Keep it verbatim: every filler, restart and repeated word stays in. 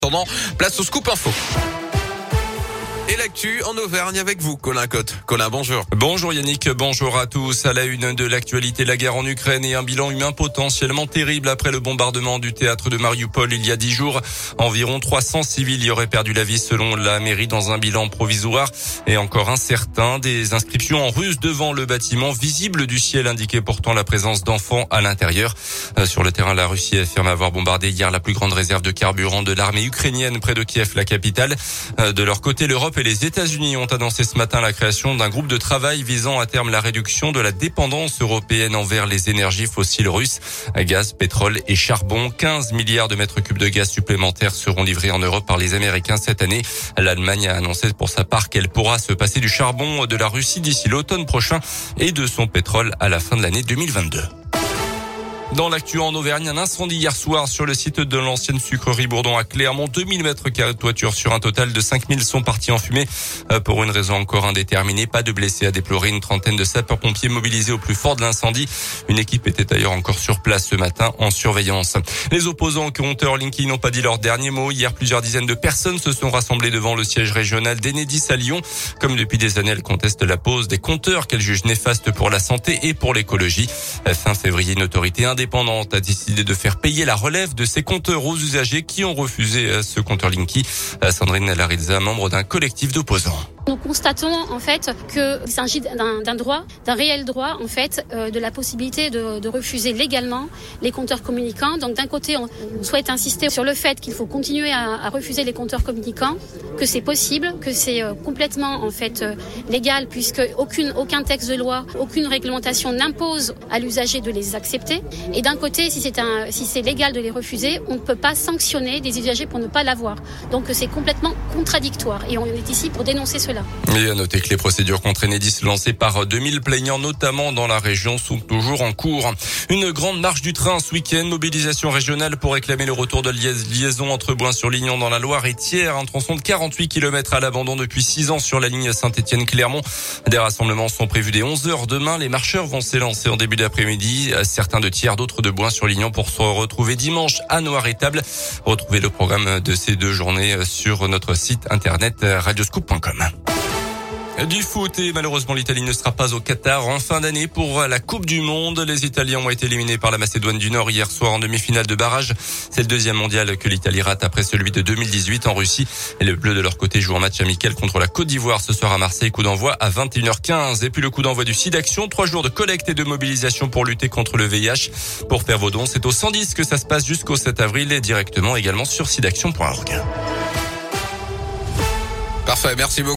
Attendant, place au scoop info. Et l'actu en Auvergne avec vous, Colin Cotte. Colin, bonjour. Bonjour Yannick, bonjour à tous. À la une de l'actualité, la guerre en Ukraine et un bilan humain potentiellement terrible après le bombardement du théâtre de Mariupol il y a dix jours. Environ trois cents civils y auraient perdu la vie selon la mairie dans un bilan provisoire et encore incertain. Des inscriptions en russe devant le bâtiment visible du ciel indiquait pourtant la présence d'enfants à l'intérieur. Sur le terrain, la Russie affirme avoir bombardé hier la plus grande réserve de carburant de l'armée ukrainienne près de Kiev, la capitale. De leur côté, l'Europe et les États-Unis ont annoncé ce matin la création d'un groupe de travail visant à terme la réduction de la dépendance européenne envers les énergies fossiles russes, gaz, pétrole et charbon. quinze milliards de mètres cubes de gaz supplémentaires seront livrés en Europe par les Américains cette année. L'Allemagne a annoncé pour sa part qu'elle pourra se passer du charbon de la Russie d'ici l'automne prochain et de son pétrole à la fin de l'année deux mille vingt-deux. Dans l'actu en Auvergne, un incendie hier soir sur le site de l'ancienne sucrerie Bourdon à Clermont. deux mille mètres carrés de toiture sur un total de cinq mille sont partis en fumée pour une raison encore indéterminée. Pas de blessés à déplorer. Une trentaine de sapeurs-pompiers mobilisés au plus fort de l'incendie. Une équipe était d'ailleurs encore sur place ce matin en surveillance. Les opposants au compteur Linky n'ont pas dit leur dernier mot. Hier, plusieurs dizaines de personnes se sont rassemblées devant le siège régional d'Enedis à Lyon. Comme depuis des années, elles contestent la pose des compteurs qu'elles jugent néfastes pour la santé et pour l'écologie. Fin février, une autorité indépendante a décidé de faire payer la relève de ces compteurs aux usagers qui ont refusé ce compteur Linky. Sandrine Larizza, membre d'un collectif d'opposants. Nous constatons en fait qu'il s'agit d'un, d'un droit, d'un réel droit en fait, euh, de la possibilité de, de refuser légalement les compteurs communicants. Donc d'un côté, on souhaite insister sur le fait qu'il faut continuer à, à refuser les compteurs communicants, que c'est possible, que c'est euh, complètement en fait euh, légal puisque aucune, aucun texte de loi, aucune réglementation n'impose à l'usager de les accepter. Et d'un côté, si c'est un, si c'est légal de les refuser, on ne peut pas sanctionner des usagers pour ne pas l'avoir. Donc c'est complètement contradictoire et on est ici pour dénoncer cela. Et à noter que les procédures contre Enedis lancées par deux mille plaignants, notamment dans la région, sont toujours en cours. Une grande marche du train ce week-end, mobilisation régionale pour réclamer le retour de liaison entre Bouin-sur-Lignon dans la Loire et Thiers, un tronçon de quarante-huit kilomètres à l'abandon depuis six ans sur la ligne Saint-Étienne-Clermont. Des rassemblements sont prévus dès onze heures demain. Les marcheurs vont s'élancer en début d'après-midi, certains de Thiers, d'autres de Bouin-sur-Lignon pour se retrouver dimanche à Noiret-Étables. Retrouvez le programme de ces deux journées sur notre site internet radioscoop point com. Du foot et malheureusement l'Italie ne sera pas au Qatar en fin d'année pour la Coupe du Monde. Les Italiens ont été éliminés par la Macédoine du Nord hier soir en demi-finale de barrage. C'est le deuxième mondial que l'Italie rate après celui de deux mille dix-huit en Russie. Et les Bleus de leur côté jouent un match amical contre la Côte d'Ivoire ce soir à Marseille. Coup d'envoi à vingt et une heures quinze. Et puis le coup d'envoi du SIDAction. Trois jours de collecte et de mobilisation pour lutter contre le V I H. Pour faire vos dons, c'est au cent dix que ça se passe jusqu'au sept avril et directement également sur sidaction point org. Parfait, merci beaucoup.